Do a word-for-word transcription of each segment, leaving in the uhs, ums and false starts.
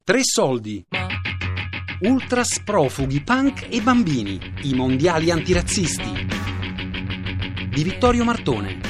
Tre soldi. Ultras, profughi, punk e bambini. I mondiali antirazzisti. Di Vittorio Martone.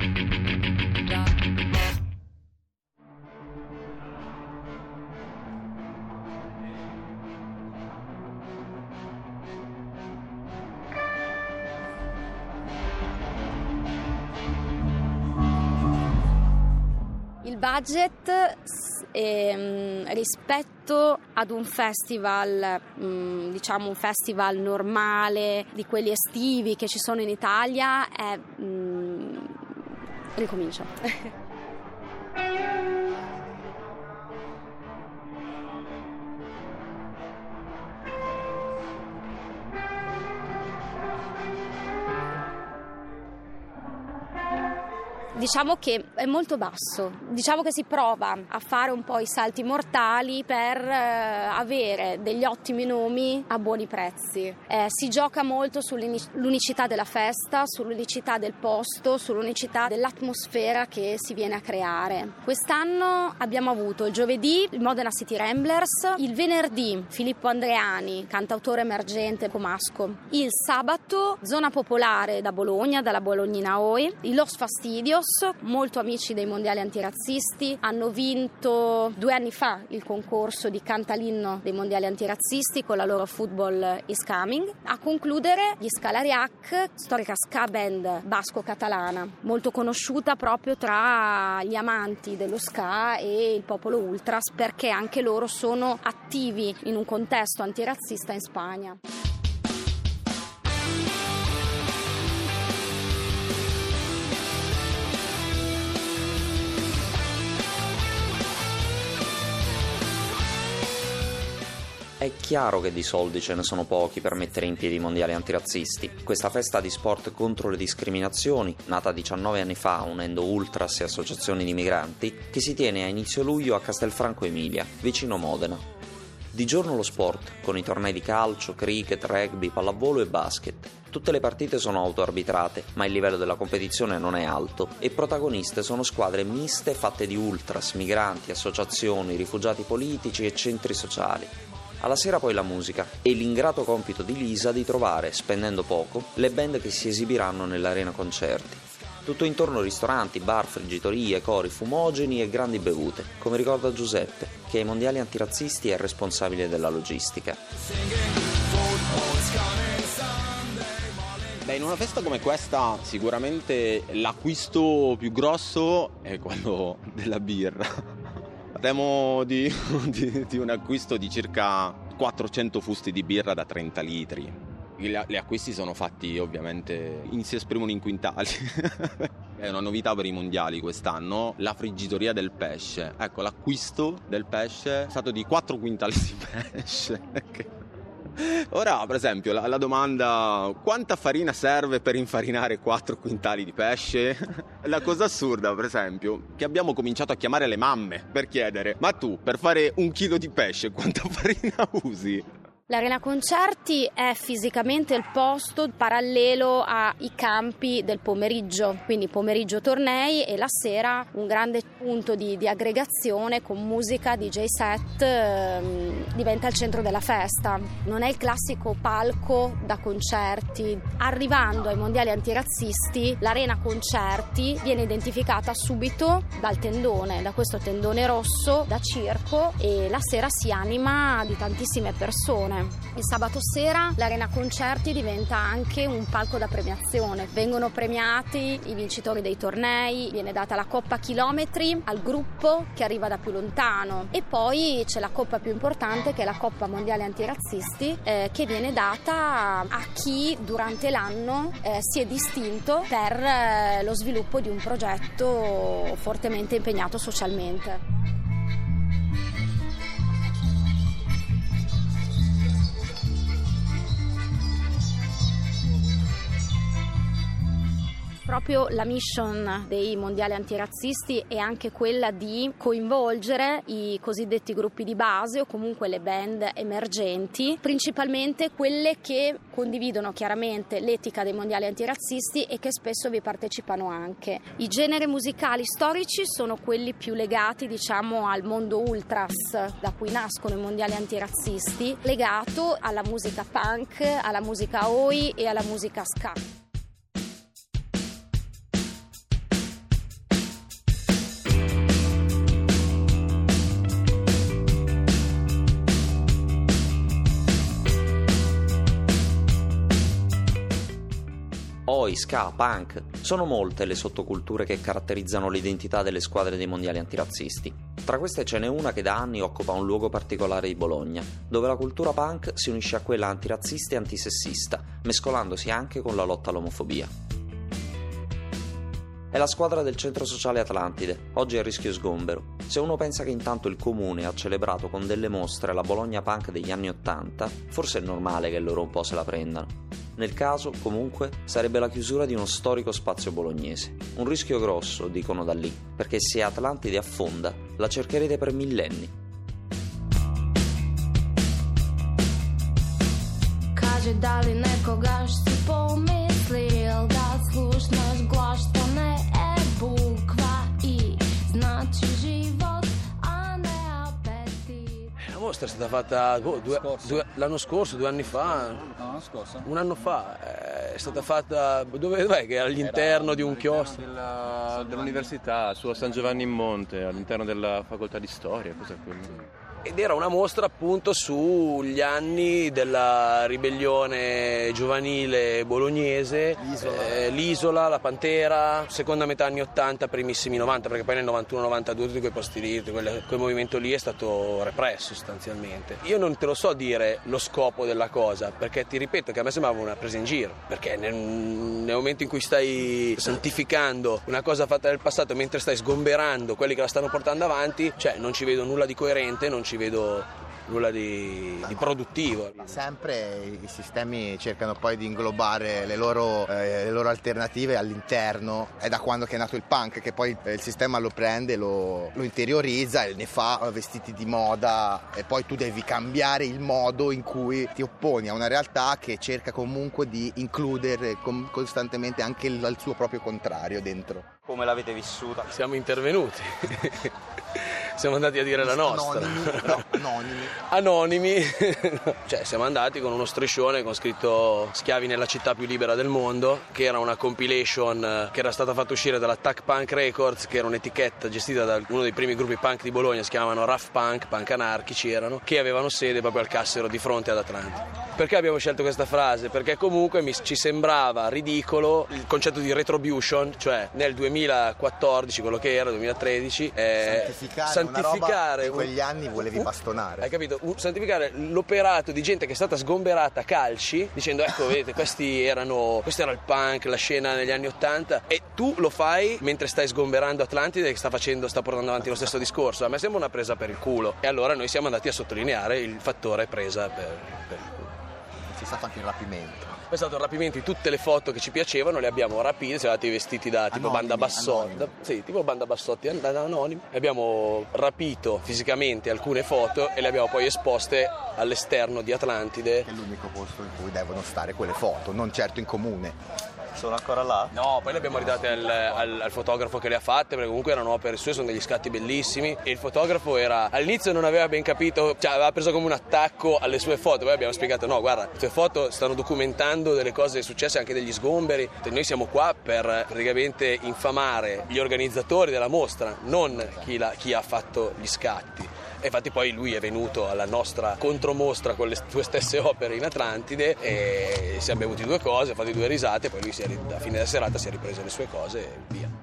Il budget ehm, rispetto ad un festival, mh, diciamo un festival normale, di quelli estivi che ci sono in Italia, è... Mh, ricomincio. Diciamo che è molto basso, diciamo che si prova a fare un po' i salti mortali per eh, avere degli ottimi nomi a buoni prezzi. Eh, si gioca molto sull'unicità della festa, sull'unicità del posto, sull'unicità dell'atmosfera che si viene a creare. Quest'anno abbiamo avuto il giovedì il Modena City Ramblers, il venerdì Filippo Andreani, cantautore emergente comasco, il sabato Zona Popolare da Bologna, dalla Bolognina Oi, i Los Fastidios, molto amici dei mondiali antirazzisti, hanno vinto due anni fa il concorso di cantalinno dei mondiali antirazzisti con la loro Football is Coming. A concludere gli Scalariac, storica ska band basco-catalana, molto conosciuta proprio tra gli amanti dello ska e il popolo ultras, perché anche loro sono attivi in un contesto antirazzista in Spagna. È chiaro che di soldi ce ne sono pochi per mettere in piedi i mondiali antirazzisti. Questa festa di sport contro le discriminazioni, nata diciannove anni fa unendo ultras e associazioni di migranti, che si tiene a inizio luglio a Castelfranco Emilia, vicino Modena. Di giorno lo sport, con i tornei di calcio, cricket, rugby, pallavolo e basket. Tutte le partite sono autoarbitrate, ma il livello della competizione non è alto e protagoniste sono squadre miste fatte di ultras, migranti, associazioni, rifugiati politici e centri sociali. Alla sera poi la musica e l'ingrato compito di Lisa di trovare, spendendo poco, le band che si esibiranno nell'arena concerti. Tutto intorno ristoranti, bar, friggitorie, cori, fumogeni e grandi bevute, come ricorda Giuseppe, che ai mondiali antirazzisti è responsabile della logistica. Beh, in una festa come questa sicuramente l'acquisto più grosso è quello della birra. Parliamo di, di, di un acquisto di circa quattrocento fusti di birra da trenta litri. Gli acquisti sono fatti ovviamente, in, si esprimono in quintali. È una novità per i mondiali quest'anno, la friggitoria del pesce. Ecco, l'acquisto del pesce è stato di quattro quintali di pesce. Ora, per esempio, la, la domanda: quanta farina serve per infarinare quattro quintali di pesce? La cosa assurda, per esempio, che abbiamo cominciato a chiamare le mamme per chiedere: ma tu, per fare un chilo di pesce, quanta farina usi? L'Arena Concerti è fisicamente il posto parallelo ai campi del pomeriggio, quindi pomeriggio tornei e la sera un grande punto di, di aggregazione con musica, D J set, ehm, diventa il centro della festa. Non è il classico palco da concerti. Arrivando ai mondiali antirazzisti, l'Arena Concerti viene identificata subito dal tendone, da questo tendone rosso da circo, e la sera si anima di tantissime persone. Il sabato sera l'Arena Concerti diventa anche un palco da premiazione. Vengono premiati i vincitori dei tornei, viene data la Coppa Chilometri al gruppo che arriva da più lontano, e poi c'è la coppa più importante, che è la Coppa Mondiale Antirazzisti, eh, che viene data a chi durante l'anno eh, si è distinto per eh, lo sviluppo di un progetto fortemente impegnato socialmente. Proprio la mission dei mondiali antirazzisti è anche quella di coinvolgere i cosiddetti gruppi di base o comunque le band emergenti, principalmente quelle che condividono chiaramente l'etica dei mondiali antirazzisti e che spesso vi partecipano anche. I generi musicali storici sono quelli più legati, diciamo, al mondo ultras, da cui nascono i mondiali antirazzisti, legato alla musica punk, alla musica oi e alla musica ska. Oi, ska, punk, sono molte le sottoculture che caratterizzano l'identità delle squadre dei mondiali antirazzisti. Tra queste ce n'è una che da anni occupa un luogo particolare di Bologna, dove la cultura punk si unisce a quella antirazzista e antisessista, mescolandosi anche con la lotta all'omofobia. È la squadra del Centro Sociale Atlantide, oggi è a rischio sgombero. Se uno pensa che intanto il comune ha celebrato con delle mostre la Bologna punk degli anni Ottanta, forse è normale che loro un po' se la prendano. Nel caso, comunque, sarebbe la chiusura di uno storico spazio bolognese. Un rischio grosso, dicono da lì, perché se Atlantide affonda, la cercherete per millenni. Kaže da li nekoga si pomislil da slušnaš glas što ne je bukva i znači život, a ne apetit. La mostra è stata fatta boh, due, due, l'anno scorso, due anni fa. No, l'anno scorso? Un anno fa. Eh, è stata fatta. Dove, dov'è che era? All'interno Era di un chiostro? Della, dell'università, su San Giovanni in Monte, all'interno della facoltà di storia. Cos'è quello? Ed era una mostra appunto sugli anni della ribellione giovanile bolognese, L'isola, eh, l'isola la Pantera, seconda metà anni ottanta, primissimi novanta, perché poi nel novantuno novantadue tutti quei posti lì, quel, quel movimento lì è stato represso sostanzialmente. Io non te lo so dire lo scopo della cosa, perché ti ripeto che a me sembrava una presa in giro, perché nel, nel momento in cui stai santificando una cosa fatta nel passato mentre stai sgomberando quelli che la stanno portando avanti, cioè non ci vedo nulla di coerente, non ci vedo nulla di, di produttivo. Sempre i sistemi cercano poi di inglobare le loro, eh, le loro alternative all'interno. È da quando che è nato il punk che poi il sistema lo prende, lo, lo interiorizza e ne fa vestiti di moda, e poi tu devi cambiare il modo in cui ti opponi a una realtà che cerca comunque di includere com- costantemente anche il, il suo proprio contrario dentro. Come l'avete vissuta? Siamo intervenuti. Siamo andati a dire la nostra. Anonimi, no, anonimi. Anonimi. Cioè siamo andati con uno striscione con scritto "Schiavi nella città più libera del mondo", che era una compilation che era stata fatta uscire dalla Tac Punk Records, che era un'etichetta gestita da uno dei primi gruppi punk di Bologna, si chiamavano Rough Punk, punk anarchici erano, che avevano sede proprio al Cassero di fronte ad Atlantide. Perché abbiamo scelto questa frase? Perché comunque mi, ci sembrava ridicolo il concetto di retribution, cioè nel duemilaquattordici, quello che era, duemilatredici, eh, santificare, santificare una roba che in quegli anni volevi bastonare. Hai capito? Santificare l'operato di gente che è stata sgomberata a calci, dicendo ecco vedete questi erano, questo era il punk, la scena negli anni ottanta, e tu lo fai mentre stai sgomberando Atlantide, che sta facendo, sta portando avanti lo stesso discorso. A me sembra una presa per il culo, e allora noi siamo andati a sottolineare il fattore presa per, per il culo. C'è stato anche il rapimento. Poi è stato il rapimento di tutte le foto che ci piacevano, le abbiamo rapite, siamo andati vestiti da tipo Anonimi, banda bassotti, anonimi. da, sì, tipo banda bassotti an- anonimi, e abbiamo rapito fisicamente alcune foto e le abbiamo poi esposte all'esterno di Atlantide. Che è l'unico posto in cui devono stare quelle foto, non certo in comune. Sono ancora là? No, poi le abbiamo ridate al, al, al fotografo che le ha fatte, perché comunque erano opere sue, sono degli scatti bellissimi, e il fotografo era, all'inizio non aveva ben capito, cioè aveva preso come un attacco alle sue foto, poi abbiamo spiegato no, guarda, le tue foto stanno documentando delle cose successe, anche degli sgomberi, noi siamo qua per praticamente infamare gli organizzatori della mostra, non chi, la, chi ha fatto gli scatti. E infatti poi lui è venuto alla nostra contromostra con le tue stesse opere in Atlantide e siamo bevuti due cose, ha fatto due risate, poi lui si è, a fine della serata si è ripreso le sue cose e via.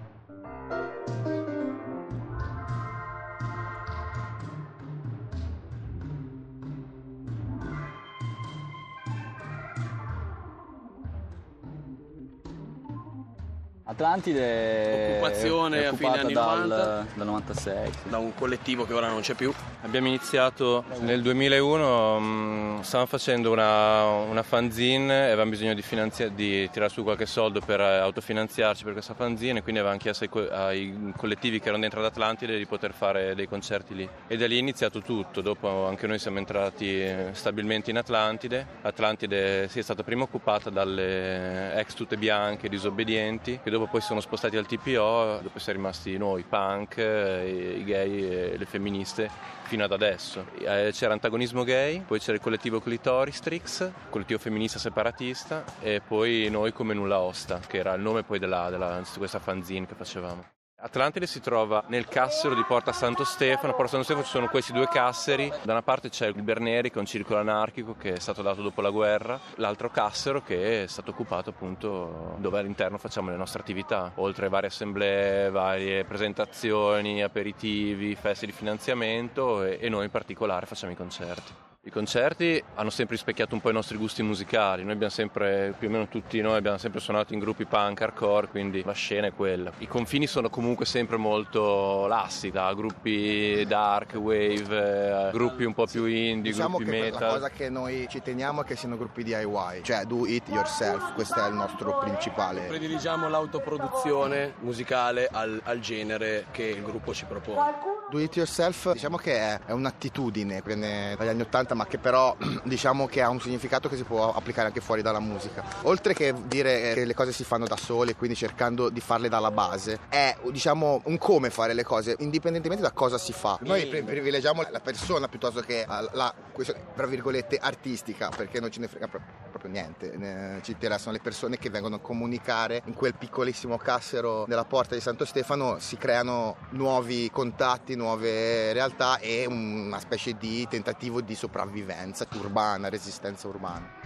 Atlantide occupazione è a fine anni dal, novanta dal novantasei, sì. Da un collettivo che ora non c'è più. Abbiamo iniziato nel duemilauno, mh, stavamo facendo una, una fanzine e avevamo bisogno di, finanzia- di tirare su qualche soldo per autofinanziarci per questa fanzine, quindi avevamo chiesto ai, co- ai collettivi che erano dentro ad Atlantide di poter fare dei concerti lì. E da lì è iniziato tutto, dopo anche noi siamo entrati stabilmente in Atlantide. Atlantide sì, è stata prima occupata dalle ex tutte bianche disobbedienti, che dopo poi sono spostati al T P O, dopo siamo rimasti noi, punk, i gay e le femministe, fino ad adesso. C'era Antagonismo Gay, poi c'era il collettivo Clitoristrix, collettivo femminista separatista, e poi noi come Nulla Osta, che era il nome poi della, della, di questa fanzine che facevamo. Atlantide si trova nel cassero di Porta Santo Stefano. A Porta Santo Stefano ci sono questi due casseri. Da una parte c'è il Berneri, che è un circolo anarchico che è stato dato dopo la guerra, l'altro cassero che è stato occupato appunto dove all'interno facciamo le nostre attività, oltre a varie assemblee, varie presentazioni, aperitivi, feste di finanziamento, e, e noi in particolare facciamo i concerti. I concerti hanno sempre rispecchiato un po' i nostri gusti musicali. Noi abbiamo sempre, più o meno tutti noi, abbiamo sempre suonato in gruppi punk, hardcore, quindi la scena è quella. I confini sono comunque sempre molto lassi, da gruppi dark wave, gruppi un po' più indie, diciamo gruppi che metal. La cosa che noi ci teniamo è che siano gruppi D I Y, cioè do it yourself, questo è il nostro principale. Prediligiamo l'autoproduzione musicale al, al genere che il gruppo ci propone. Do it yourself diciamo che è, è un'attitudine che viene dagli anni ottanta, ma che però diciamo che ha un significato che si può applicare anche fuori dalla musica. Oltre che dire che le cose si fanno da sole, quindi cercando di farle dalla base, è diciamo un come fare le cose indipendentemente da cosa si fa. Noi privilegiamo la persona piuttosto che la questione tra virgolette artistica, perché non ce ne frega proprio, proprio niente. Ci interessano le persone che vengono a comunicare in quel piccolissimo cassero della Porta di Santo Stefano. Si creano nuovi contatti, nuove realtà e una specie di tentativo di sopravvivenza urbana, resistenza urbana.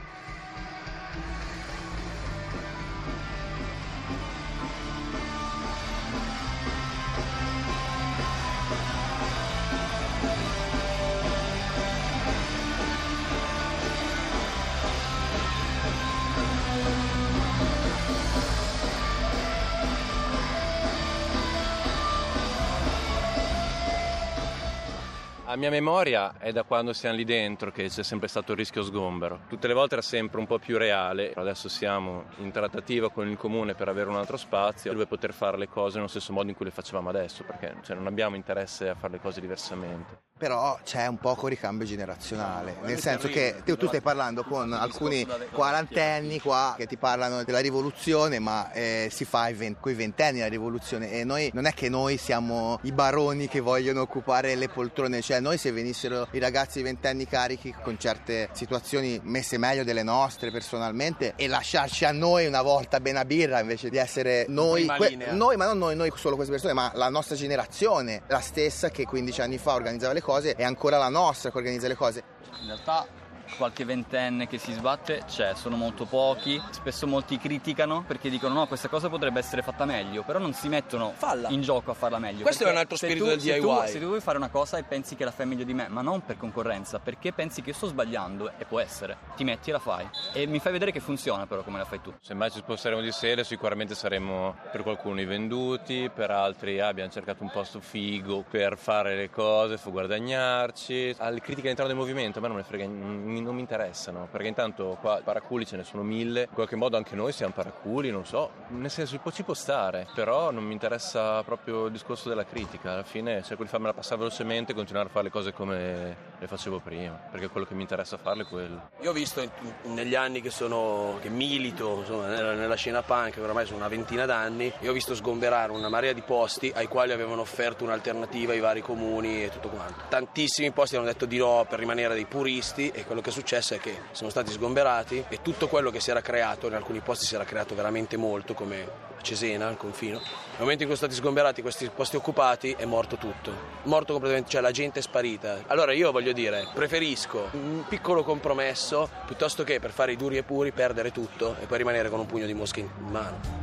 A mia memoria è da quando siamo lì dentro che c'è sempre stato il rischio sgombero. Tutte le volte era sempre un po' più reale. Adesso siamo in trattativa con il comune per avere un altro spazio dove poter fare le cose nello stesso modo in cui le facevamo adesso, perché cioè, non abbiamo interesse a fare le cose diversamente. Però c'è un poco ricambio generazionale, nel senso che tu, tu stai parlando con alcuni quarantenni qua che ti parlano della rivoluzione, ma eh, si fa con i ventenni la rivoluzione, e noi non è che noi siamo i baroni che vogliono occupare le poltrone, cioè noi se venissero i ragazzi ventenni carichi con certe situazioni messe meglio delle nostre personalmente e lasciarci a noi una volta bene a birra invece di essere noi, que- noi ma non noi, noi solo queste persone, ma la nostra generazione, la stessa che quindici anni fa organizzava le cose, è ancora la nostra che organizza le cose. In realtà qualche ventenne che si sbatte c'è, sono molto pochi, spesso molti criticano perché dicono no, questa cosa potrebbe essere fatta meglio, però non si mettono Falla. in gioco a farla meglio. Questo è un altro spirito tu, del D I Y. Se tu, se tu vuoi fare una cosa e pensi che la fai meglio di me, ma non per concorrenza, perché pensi che io sto sbagliando, e può essere, ti metti e la fai e mi fai vedere che funziona però come la fai tu. Se mai ci sposteremo di sede sicuramente saremo per qualcuno i venduti, per altri ah, abbiamo cercato un posto figo per fare le cose, fu guadagnarci. Alle critiche all'interno del movimento a me non, me frega, non, non mi interessano, perché intanto qua paraculi ce ne sono mille, in qualche modo anche noi siamo paraculi, non so, nel senso ci può, ci può stare, però non mi interessa proprio il discorso della critica. Alla fine cerco di farmela passare velocemente e continuare a fare le cose come le facevo prima, perché quello che mi interessa farle è quello. Io ho visto in, in, negli anni che sono che milito insomma, nella, nella scena punk, che ormai sono una ventina d'anni, io ho visto sgomberare una marea di posti ai quali avevano offerto un'alternativa i vari comuni e tutto quanto. Tantissimi posti hanno detto di no per rimanere dei puristi, e quello che è successo è che sono stati sgomberati e tutto quello che si era creato, in alcuni posti si era creato veramente molto, come a Cesena, al confino. Nel momento in cui sono stati sgomberati questi posti occupati è morto tutto, morto completamente, cioè la gente è sparita. Allora io voglio dire, preferisco un piccolo compromesso piuttosto che per fare i duri e puri perdere tutto e poi rimanere con un pugno di mosche in mano.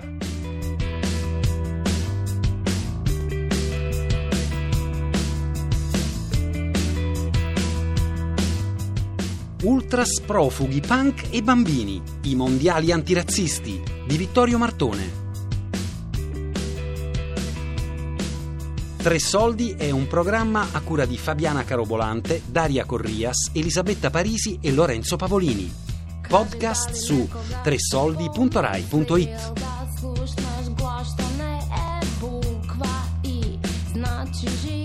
Ultras, profughi, punk e bambini, i mondiali antirazzisti di Vittorio Martone. Tre Soldi è un programma a cura di Fabiana Carobolante, Daria Corrias, Elisabetta Parisi e Lorenzo Pavolini. Podcast su tresoldi punto rai punto it.